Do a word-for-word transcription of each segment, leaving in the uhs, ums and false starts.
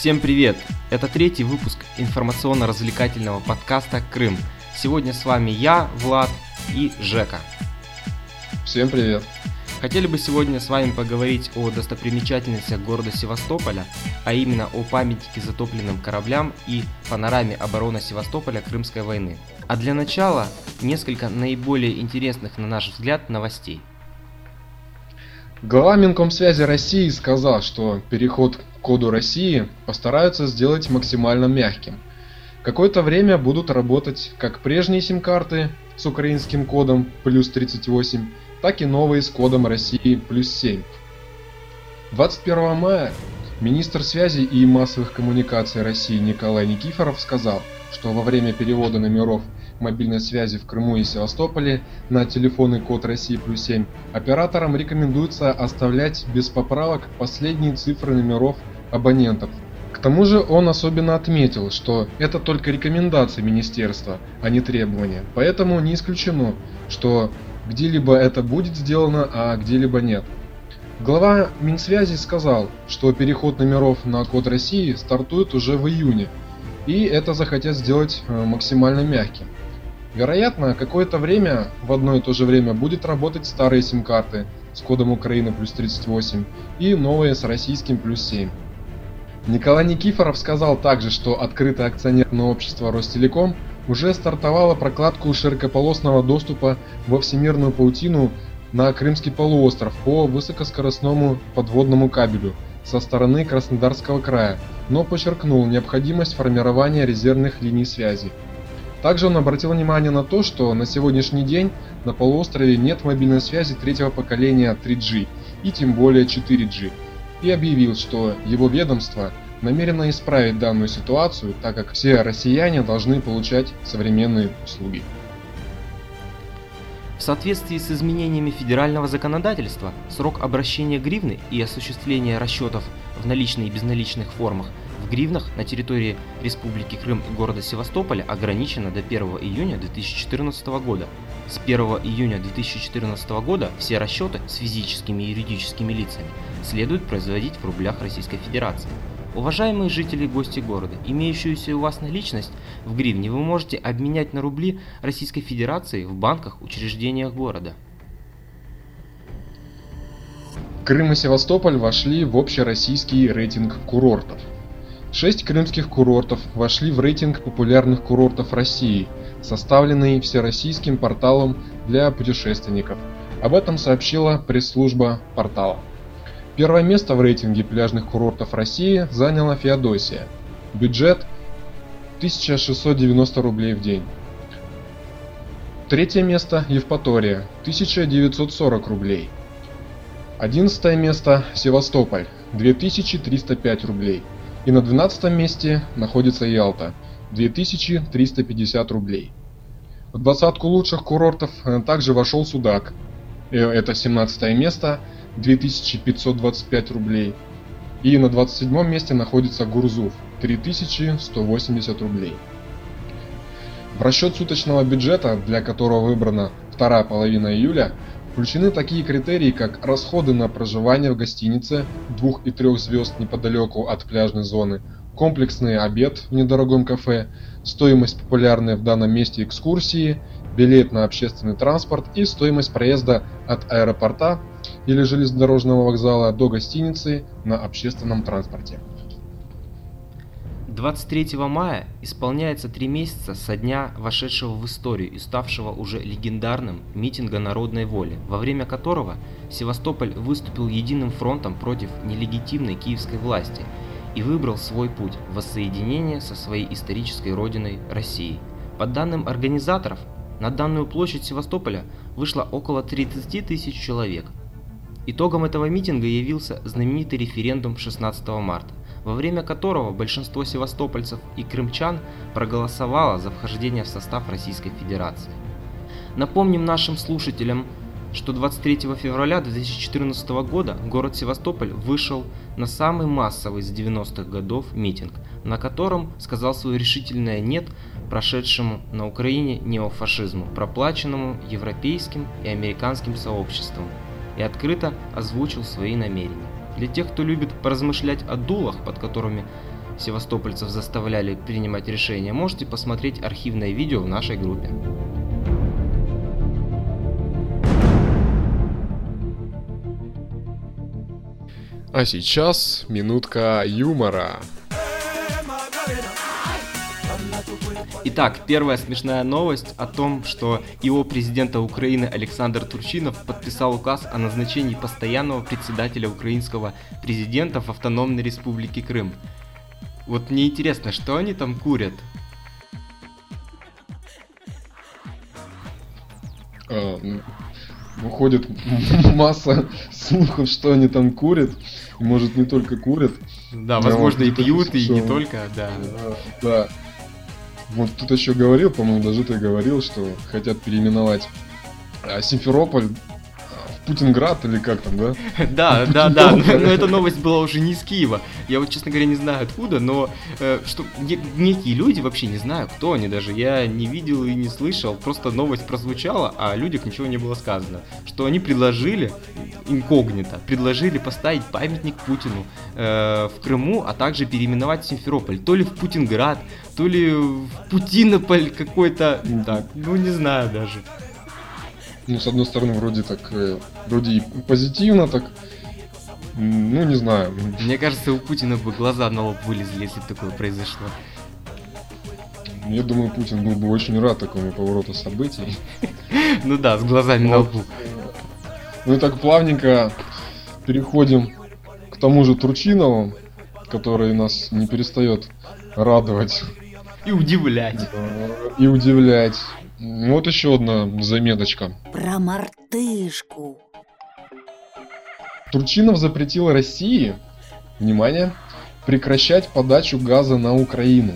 Всем привет! Это третий выпуск информационно-развлекательного подкаста «Крым». Сегодня с вами я, Влад и Жека. Всем привет! Хотели бы сегодня с вами поговорить о достопримечательностях города Севастополя, а именно о памятнике затопленным кораблям и панораме обороны Севастополя Крымской войны. А для начала несколько наиболее интересных, на наш взгляд, новостей. Глава Минкомсвязи России сказал, что переход к коду России постараются сделать максимально мягким. Какое-то время будут работать как прежние сим-карты с украинским кодом плюс тридцать восемь, так и новые с кодом России плюс семь. двадцать первого мая министр связи и массовых коммуникаций России Николай Никифоров сказал, что во время перевода номеров мобильной связи в Крыму и Севастополе на телефонный код России плюс семь операторам рекомендуется оставлять без поправок последние цифры номеров абонентов. К тому же он особенно отметил, что это только рекомендации министерства, а не требования, поэтому не исключено, что где-либо это будет сделано, а где-либо нет. Глава Минсвязи сказал, что переход номеров на код России стартует уже в июне, и это захотят сделать максимально мягким. Вероятно, какое-то время в одно и то же время будет работать старые сим-карты с кодом Украины плюс тридцать восемь и новые с российским плюс семь. Николай Никифоров сказал также, что открытое акционерное общество Ростелеком уже стартовало прокладку широкополосного доступа во всемирную паутину на Крымский полуостров по высокоскоростному подводному кабелю со стороны Краснодарского края, но подчеркнул необходимость формирования резервных линий связи. Также он обратил внимание на то, что на сегодняшний день на полуострове нет мобильной связи третьего поколения три джи и тем более четыре джи, и объявил, что его ведомство намерено исправить данную ситуацию, так как все россияне должны получать современные услуги. В соответствии с изменениями федерального законодательства, срок обращения гривны и осуществления расчетов в наличной и безналичных формах в гривнах на территории Республики Крым и города Севастополя ограничено до первого июня две тысячи четырнадцатого года. С первого июня две тысячи четырнадцатого года все расчеты с физическими и юридическими лицами следует производить в рублях Российской Федерации. Уважаемые жители и гости города, имеющуюся у вас наличность в гривне вы можете обменять на рубли Российской Федерации в банках, учреждениях города. Крым и Севастополь вошли в общероссийский рейтинг курортов. Шесть крымских курортов вошли в рейтинг популярных курортов России, составленный всероссийским порталом для путешественников. Об этом сообщила пресс-служба портала. Первое место в рейтинге пляжных курортов России заняла Феодосия. Бюджет тысяча шестьсот девяносто рублей в день. Третье место Евпатория, тысяча девятьсот сорок рублей. Одиннадцатое место Севастополь, две тысячи триста пять рублей. И на двенадцатом месте находится Ялта, две тысячи триста пятьдесят рублей. В двадцатку лучших курортов также вошел Судак, это семнадцатое место, две тысячи пятьсот двадцать пять рублей. И на двадцать седьмом месте находится Гурзуф, три тысячи сто восемьдесят рублей. В расчет суточного бюджета, для которого выбрана вторая половина июля, включены такие критерии, как расходы на проживание в гостинице двух и трех звезд неподалеку от пляжной зоны, комплексный обед в недорогом кафе, стоимость популярной в данном месте экскурсии, билет на общественный транспорт и стоимость проезда от аэропорта или железнодорожного вокзала до гостиницы на общественном транспорте. двадцать третьего мая исполняется три месяца со дня вошедшего в историю и ставшего уже легендарным митинга народной воли, во время которого Севастополь выступил единым фронтом против нелегитимной киевской власти и выбрал свой путь в воссоединение со своей исторической родиной Россией. По данным организаторов, на данную площадь Севастополя вышло около тридцати тысяч человек. Итогом этого митинга явился знаменитый референдум шестнадцатого марта, во время которого большинство севастопольцев и крымчан проголосовало за вхождение в состав Российской Федерации. Напомним нашим слушателям, что двадцать третьего февраля две тысячи четырнадцатого года город Севастополь вышел на самый массовый с девяностых годов митинг, на котором сказал свое решительное «нет» прошедшему на Украине неофашизму, проплаченному европейским и американским сообществом, и открыто озвучил свои намерения. Для тех, кто любит поразмышлять о дулах, под которыми севастопольцев заставляли принимать решения, можете посмотреть архивное видео в нашей группе. А сейчас минутка юмора. Итак, первая смешная новость о том, что ИО президента Украины Александр Турчинов подписал указ о назначении постоянного председателя украинского президента в Автономной Республике Крым. Вот мне интересно, что они там курят? А, выходит масса слухов, что они там курят. Может, не только курят. Да, возможно, и пьют, и не только, да. Да. Вот тут еще говорил, по-моему, даже ты говорил, что хотят переименовать Симферополь в Путинград или как там, да? Да, да, да, но, но эта новость была уже не из Киева. Я вот, честно говоря, не знаю откуда, но э, что не, некие люди, вообще не знаю, кто они даже, я не видел и не слышал, просто новость прозвучала, а о людях ничего не было сказано. Что они предложили, инкогнито, предложили поставить памятник Путину э, в Крыму, а также переименовать Симферополь, то ли в Путинград, то ли в Путинополь какой-то, так, ну не знаю даже. Ну, с одной стороны, вроде так, э, вроде и позитивно, так, ну, не знаю. Мне кажется, у Путина бы глаза на лоб вылезли, если бы такое произошло. Я думаю, Путин был бы очень рад такому повороту событий. Ну да, с глазами на лбу. Ну и так плавненько переходим к тому же Турчинову, который нас не перестает радовать. И удивлять. И удивлять. Вот еще одна заметочка. Про мартышку. Турчинов запретил России, внимание, прекращать подачу газа на Украину.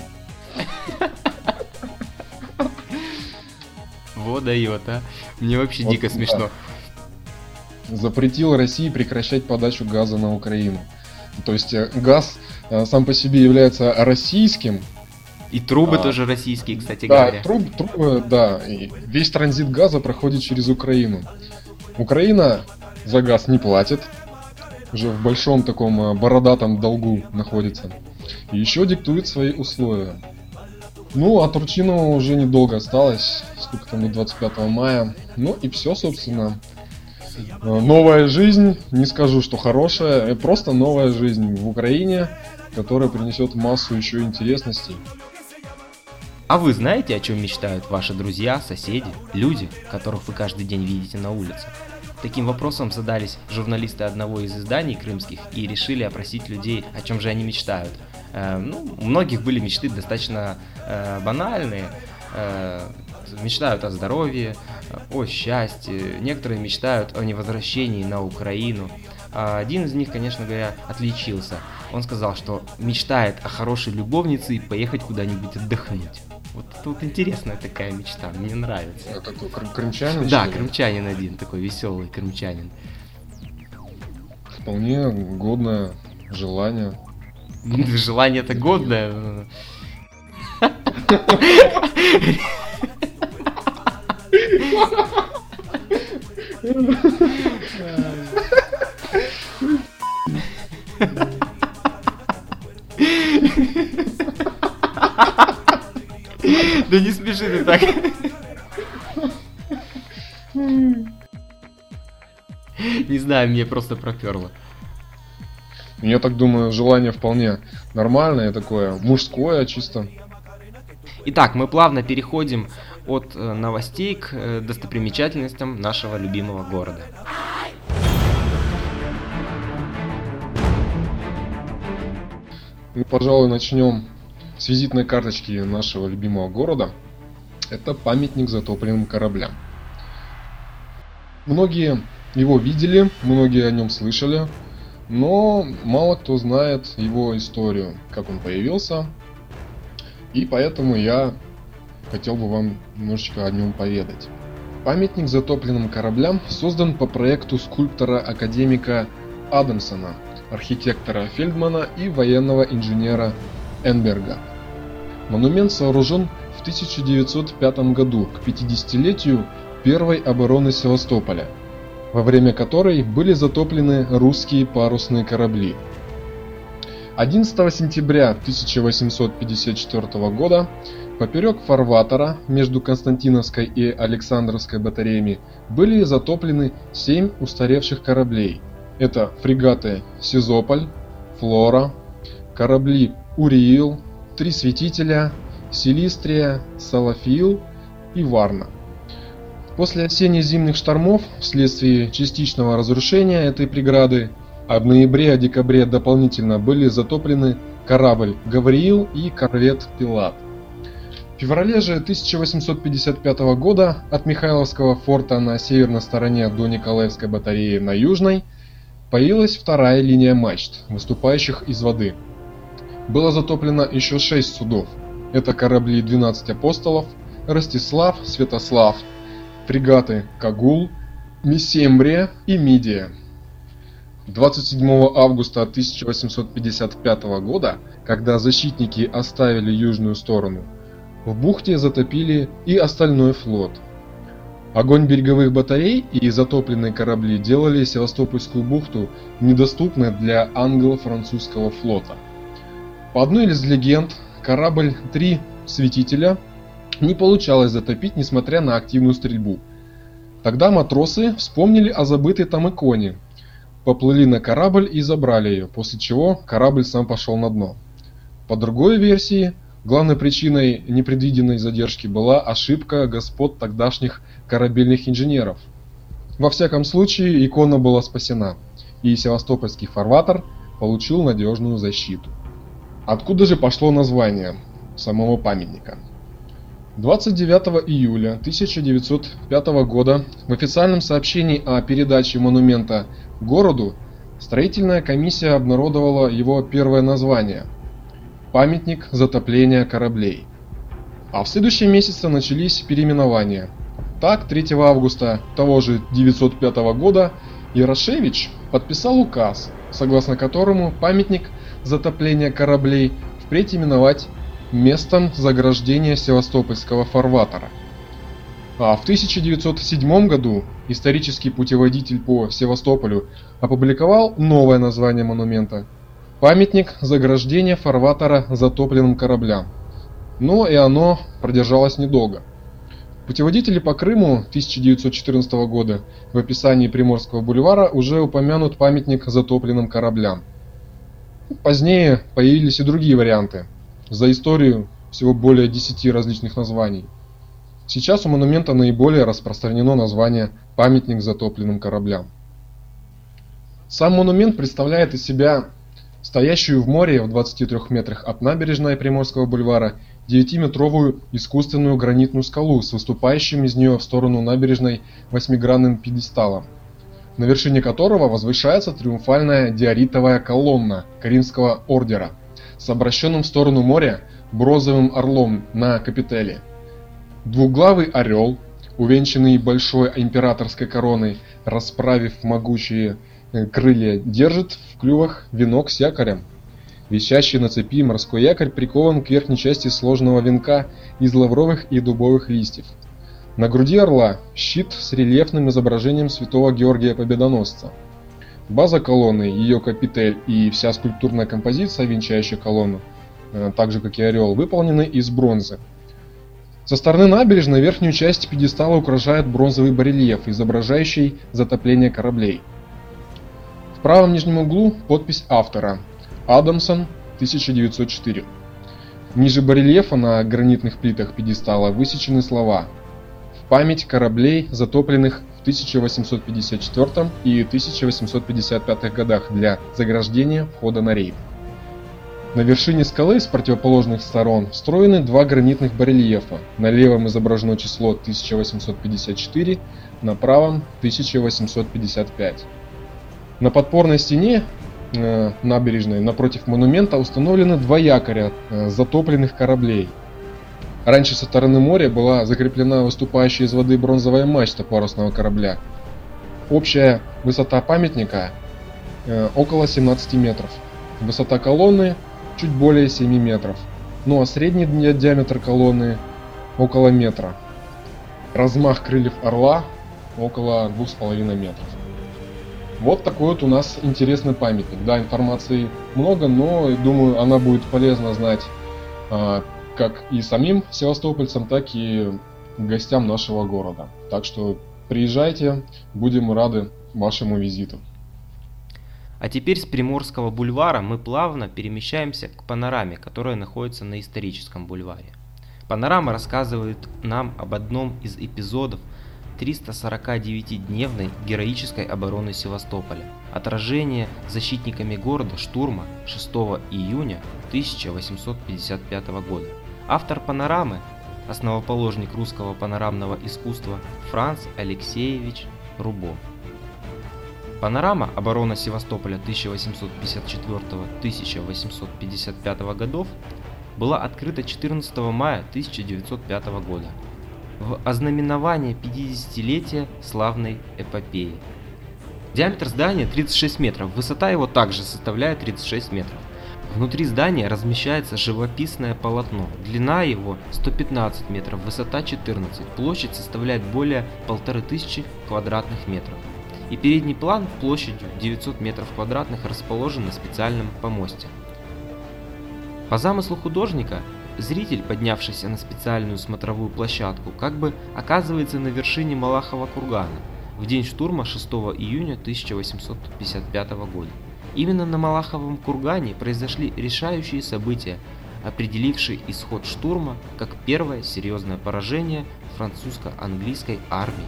Вот дает, а. Мне вообще Вот, дико смешно. Да. Запретил России прекращать подачу газа на Украину. То есть газ сам по себе является российским. И трубы а, тоже российские, кстати да, говоря. Труб, трубы, да. И весь транзит газа проходит через Украину. Украина за газ не платит. Уже в большом таком бородатом долгу находится. И еще диктует свои условия. Ну, а Турчинову уже недолго осталось. Сколько там, до двадцать пятого мая. Ну и все, собственно. Новая жизнь. Не скажу, что хорошая. Просто новая жизнь в Украине, которая принесет массу еще интересностей. А вы знаете, о чем мечтают ваши друзья, соседи, люди, которых вы каждый день видите на улице? Таким вопросом задались журналисты одного из изданий крымских и решили опросить людей, о чем же они мечтают. Э, ну, у многих были мечты достаточно э, банальные. Э, мечтают о здоровье, о счастье, некоторые мечтают о невозвращении на Украину. А один из них, конечно говоря, отличился. Он сказал, что мечтает о хорошей любовнице и поехать куда-нибудь отдохнуть. Вот это вот интересная такая мечта, мне нравится. Это такой крым- крымчанин? Да, крымчанин один, такой веселый крымчанин. Вполне годное желание. Желание-то годное. Да не смеши ты так. Не знаю, мне просто проперло. Я так думаю, желание вполне нормальное, такое мужское чисто. Итак, мы плавно переходим от э, новостей к э, достопримечательностям нашего любимого города. Мы, пожалуй, начнем с визитной карточки нашего любимого города. Это памятник затопленным кораблям. Многие его видели, многие о нем слышали, но мало кто знает его историю, как он появился. И поэтому я хотел бы вам немножечко о нем поведать. Памятник затопленным кораблям создан по проекту скульптора-академика Адамсона, архитектора Фельдмана и военного инженера Энберга. Монумент сооружен в тысяча девятьсот пятом году к пятидесятилетию первой обороны Севастополя, во время которой были затоплены русские парусные корабли. одиннадцатого сентября тысяча восемьсот пятьдесят четвёртого года поперек фарватера между Константиновской и Александровской батареями были затоплены семь устаревших кораблей. Это фрегаты «Сизополь», «Флора», корабли «Уриил», «Три святителя», «Силистрия», «Салафиил» и «Варна». После осенне-зимних штормов, вследствие частичного разрушения этой преграды, а в ноябре-декабре дополнительно были затоплены корабль «Гавриил» и корвет «Пилат». В феврале же тысяча восемьсот пятьдесят пятого года от Михайловского форта на северной стороне до Николаевской батареи на южной появилась вторая линия мачт, выступающих из воды. Было затоплено еще шесть судов. Это корабли двенадцать апостолов, Ростислав, Святослав, фрегаты «Кагул», «Месембрия» и «Мидия». двадцать седьмого августа тысяча восемьсот пятьдесят пятого года, когда защитники оставили южную сторону, в бухте затопили и остальной флот. Огонь береговых батарей и затопленные корабли делали Севастопольскую бухту недоступной для англо-французского флота. По одной из легенд, корабль «Три святителя» не получалось затопить, несмотря на активную стрельбу. Тогда матросы вспомнили о забытой там иконе, поплыли на корабль и забрали ее, после чего корабль сам пошел на дно. По другой версии, главной причиной непредвиденной задержки была ошибка господ тогдашних корабельных инженеров. Во всяком случае, икона была спасена, и Севастопольский фарватер получил надежную защиту. Откуда же пошло название самого памятника? двадцать девятого июля тысяча девятьсот пятого года в официальном сообщении о передаче монумента городу строительная комиссия обнародовала его первое название – «Памятник затопления кораблей». А в следующем месяце начались переименования. Так, третьего августа того же девятьсот пятого года Ярошевич подписал указ, согласно которому памятник затопления кораблей впредь именовать местом заграждения Севастопольского фарватера. А в тысяча девятьсот седьмом году исторический путеводитель по Севастополю опубликовал новое название монумента – «Памятник заграждения фарватера затопленным кораблям». Но и оно продержалось недолго. В путеводителе по Крыму тысяча девятьсот четырнадцатого года в описании Приморского бульвара уже упомянут памятник затопленным кораблям. Позднее появились и другие варианты. За историю всего более десяти различных названий. Сейчас у монумента наиболее распространено название «Памятник затопленным кораблям». Сам монумент представляет из себя стоящую в море в двадцати трёх метрах от набережной Приморского бульвара девятиметровую искусственную гранитную скалу с выступающим из нее в сторону набережной восьмигранным пьедесталом, на вершине которого возвышается триумфальная диоритовая колонна Каримского ордера с обращенным в сторону моря бронзовым орлом на капителе. Двуглавый орел, увенчанный большой императорской короной, расправив могучие крылья, держит в клювах венок с якорем. Висящий на цепи морской якорь прикован к верхней части сложного венка из лавровых и дубовых листьев. На груди орла щит с рельефным изображением святого Георгия Победоносца. База колонны, ее капитель и вся скульптурная композиция, венчающая колонну, так же как и орел, выполнены из бронзы. Со стороны набережной верхнюю часть пьедестала украшает бронзовый барельеф, изображающий затопление кораблей. В правом нижнем углу подпись автора «Адамсон, тысяча девятьсот четыре». Ниже барельефа на гранитных плитах пьедестала высечены слова «В память кораблей, затопленных в тысяча восемьсот пятьдесят четвёртом и тысяча восемьсот пятьдесят пятом годах для заграждения входа на рейд». На вершине скалы с противоположных сторон встроены два гранитных барельефа. На левом изображено число тысяча восемьсот пятьдесят четыре, на правом тысяча восемьсот пятьдесят пять. На подпорной стене э, набережной напротив монумента установлены два якоря э, затопленных кораблей. Раньше со стороны моря была закреплена выступающая из воды бронзовая мачта парусного корабля. Общая высота памятника э, около семнадцати метров. Высота колонны чуть более семи метров. Ну а средний диаметр колонны около метра. Размах крыльев орла около двух с половиной метров. Вот такой вот у нас интересный памятник. Да, информации много, но думаю, она будет полезно знать а, как и самим севастопольцам, так и гостям нашего города. Так что приезжайте, будем рады вашему визиту. А теперь с Приморского бульвара мы плавно перемещаемся к Панораме, которая находится на Историческом бульваре. Панорама рассказывает нам об одном из эпизодов триста сорокадевятидневной героической обороны Севастополя, отражение защитниками города штурма шестого июня тысяча восемьсот пятьдесят пятого года. Автор Панорамы – основоположник русского панорамного искусства Франц Алексеевич Рубо. Панорама «Оборона Севастополя тысяча восемьсот пятьдесят четвёртого — тысяча восемьсот пятьдесят пятого годов» была открыта четырнадцатого мая тысяча девятьсот пятого года в ознаменование пятидесятилетия славной эпопеи. Диаметр здания тридцать шесть метров, высота его также составляет тридцать шесть метров. Внутри здания размещается живописное полотно, длина его сто пятнадцать метров, высота четырнадцать, площадь составляет более полторы тысячи квадратных метров. И передний план площадью девятьсот метров квадратных расположен на специальном помосте. По замыслу художника, зритель, поднявшийся на специальную смотровую площадку, как бы оказывается на вершине Малахова кургана в день штурма шестого июня тысяча восемьсот пятьдесят пятого года. Именно на Малаховом кургане произошли решающие события, определившие исход штурма как первое серьезное поражение французско-английской армии.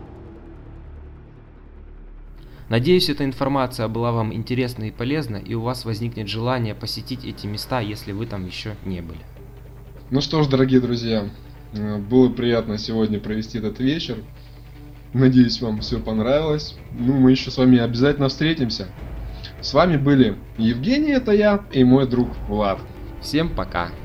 Надеюсь, эта информация была вам интересна и полезна, и у вас возникнет желание посетить эти места, если вы там еще не были. Ну что ж, дорогие друзья, было приятно сегодня провести этот вечер. Надеюсь, вам все понравилось. Ну, мы еще с вами обязательно встретимся. С вами были Евгений, это я, и мой друг Влад. Всем пока!